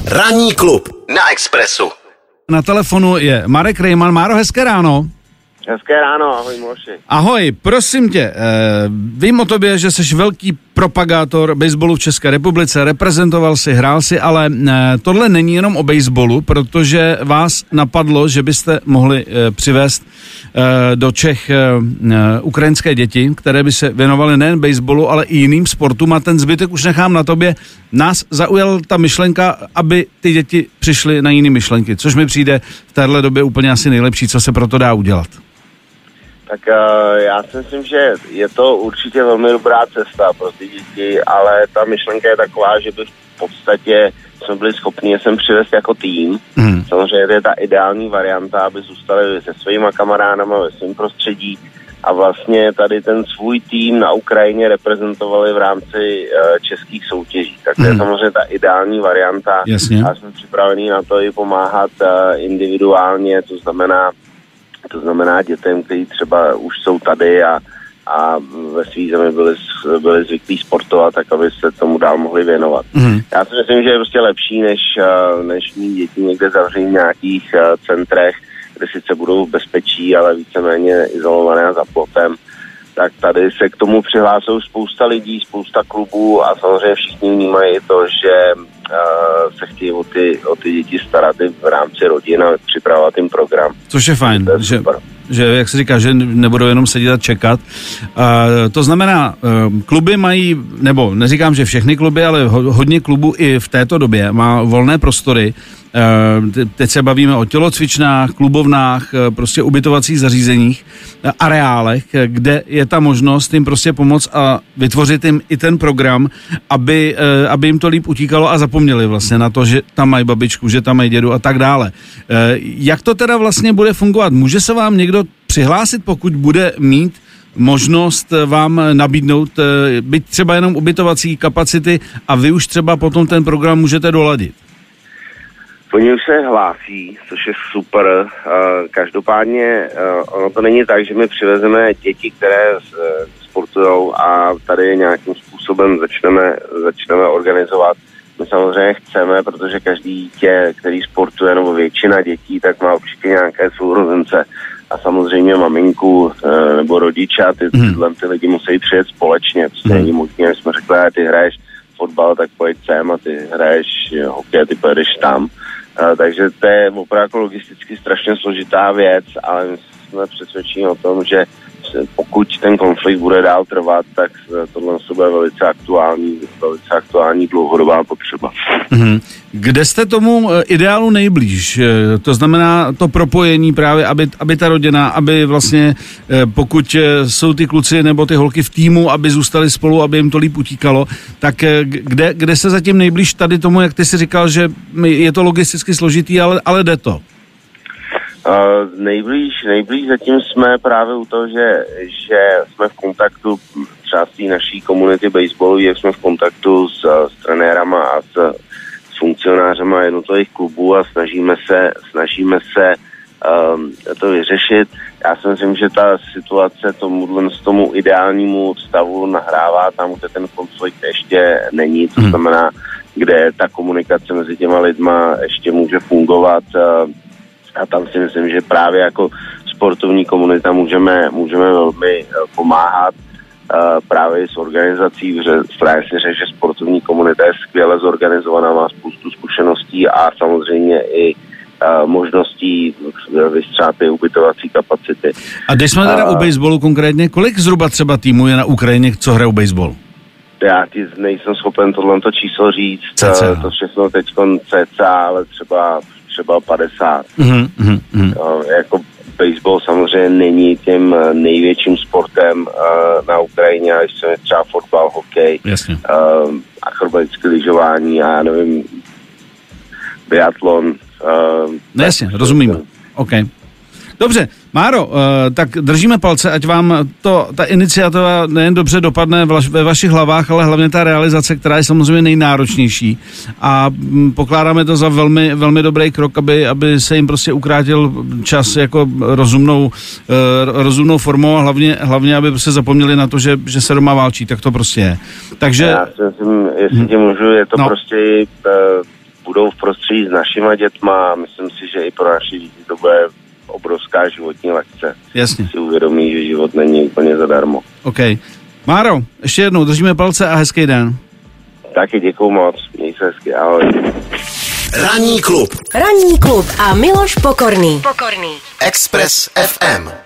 Ranní klub na Expressu. Na telefonu je Marek Rejman. Máro, hezké ráno. Hezké ráno, ahoj Miloši. Ahoj, prosím tě, vím o tobě, že jsi velký propagátor baseballu v České republice, reprezentoval si, hrál si, ale tohle není jenom o baseballu, protože vás napadlo, že byste mohli přivést do Čech ukrajinské děti, které by se věnovaly nejen baseballu, ale i jiným sportům, a ten zbytek už nechám na tobě. Nás zaujala ta myšlenka, aby ty děti přišly na jiné myšlenky, což mi přijde v téhle době úplně asi nejlepší, co se pro to dá udělat. Tak já si myslím, že je to určitě velmi dobrá cesta pro ty děti, ale ta myšlenka je taková, že by v podstatě jsme byli schopni je sem přivést jako tým. Samozřejmě to je ta ideální varianta, aby zůstali se svýma kamarádama ve svém prostředí a vlastně tady ten svůj tým na Ukrajině reprezentovali v rámci českých soutěží. Tak to je samozřejmě ta ideální varianta. Jasně. A jsme připraveni na to i pomáhat individuálně, to znamená dětem, kteří třeba už jsou tady a ve své zemi byli zvyklí sportovat, tak aby se tomu dál mohli věnovat. Já si myslím, že je prostě lepší, než mít děti někde zavření v nějakých centrech, kde sice budou v bezpečí, ale víceméně izolované a za plotem. Tak tady se k tomu přihlásou spousta lidí, spousta klubů a samozřejmě všichni vnímají to, že se chtějí o ty děti starat i v rámci rodin a připravovat jim program. Což je fajn, že jak se říká, že nebudou jenom sedět a čekat. To znamená, kluby mají, nebo neříkám, že všechny kluby, ale hodně klubů i v této době má volné prostory. Teď se bavíme o tělocvičnách, klubovnách, prostě ubytovacích zařízeních, areálech, kde je ta možnost jim prostě pomoct a vytvořit jim i ten program, aby jim to líp utíkalo a zapomněli vlastně na to, že tam mají babičku, že tam mají dědu a tak dále. Jak to teda vlastně bude fungovat? Může se vám někdo přihlásit, pokud bude mít možnost vám nabídnout byť třeba jenom ubytovací kapacity a vy už třeba potom ten program můžete doladit? Oni už se hlásí, což je super. Každopádně ono to není tak, že my přivezeme děti, které sportujou a tady nějakým způsobem začneme organizovat. My samozřejmě chceme, protože každý dítě, který sportuje, nebo většina dětí, tak má určitě nějaké sourozence. A samozřejmě maminku nebo rodiče a ty lidi musí přijet společně. Prostě není možné, jsme řekli, ty hraješ fotbal, tak pojď sem a ty hraješ hokej, ty pojedeš tam. Takže to je opravdu logisticky strašně složitá věc, ale my jsme přesvědčeni o tom, že pokud ten konflikt bude dál trvat, tak tohle bude velice aktuální dlouhodobá potřeba. Kde jste tomu ideálu nejblíž? To znamená to propojení právě, aby ta rodina, aby vlastně pokud jsou ty kluci nebo ty holky v týmu, aby zůstali spolu, aby jim to líp utíkalo, tak kde se zatím nejblíž tady tomu, jak ty si říkal, že je to logisticky složitý, ale jde to? Nejblíž zatím jsme právě u toho, že jsme v kontaktu třeba s naší komunity baseballu, jak jsme v kontaktu s trenérama a s funkcionářema jednotlivých klubů a snažíme se to vyřešit. Já si myslím, že ta situace tomu ideálnímu stavu nahrává tam, kde ten konflikt ještě není, to znamená, kde ta komunikace mezi těma lidma ještě může fungovat. A tam si myslím, že právě jako sportovní komunita můžeme velmi pomáhat právě s organizací, že sportovní komunita je skvěle zorganizovaná, má spoustu zkušeností a samozřejmě i možností vystřát ty ubytovací kapacity. A když jsme teda u baseballu konkrétně, kolik zhruba třeba týmů je na Ukrajině, co hrajou baseball? Já ti nejsem schopen tohleto číslo říct, to všechno teďko cca, ale třeba 50. Jako baseball samozřejmě není tím největším sportem na Ukrajině, až se třeba fotbal, hokej, akrobatické lyžování a já nevím, biatlon. Jasně, rozumíme. OK. Dobře, Máro, tak držíme palce, ať vám ta iniciativa nejen dobře dopadne ve vašich hlavách, ale hlavně ta realizace, která je samozřejmě nejnáročnější. A pokládáme to za velmi, velmi dobrý krok, aby se jim prostě ukrátil čas jako rozumnou formou a hlavně, aby prostě zapomněli na to, že se doma válčí, tak to prostě je. Takže... Já si myslím, jestli tě můžu, je to prostě budou v prostředí s našima dětma, myslím si, že i pro naši děti to bude obrovská životní lekce. Jasně. Si uvědomí, že život není úplně zadarmo. OK. Máro, ještě jednou, držíme palce a hezký den. Taky děkuju moc, měj se hezky, ahoj. Ranní klub a Miloš Pokorný. Express FM.